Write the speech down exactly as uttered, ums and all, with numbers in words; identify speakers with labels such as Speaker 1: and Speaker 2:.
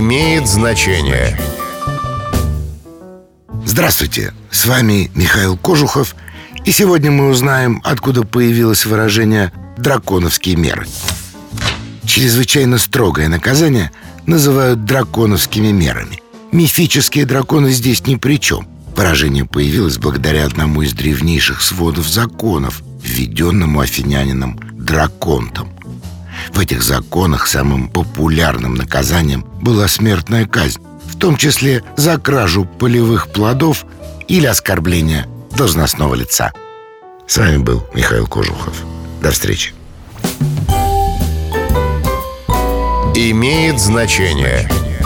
Speaker 1: Имеет значение.
Speaker 2: Здравствуйте, с вами Михаил Кожухов. И сегодня мы узнаем, откуда появилось выражение «драконовские меры». Чрезвычайно строгое наказание называют драконовскими мерами. Мифические драконы здесь ни при чем. Выражение появилось благодаря одному из древнейших сводов законов, введенному афинянином Драконтом. В этих законах самым популярным наказанием была смертная казнь, в том числе за кражу полевых плодов или оскорбление должностного лица. С вами был Михаил Кожухов. До встречи.
Speaker 1: Имеет значение.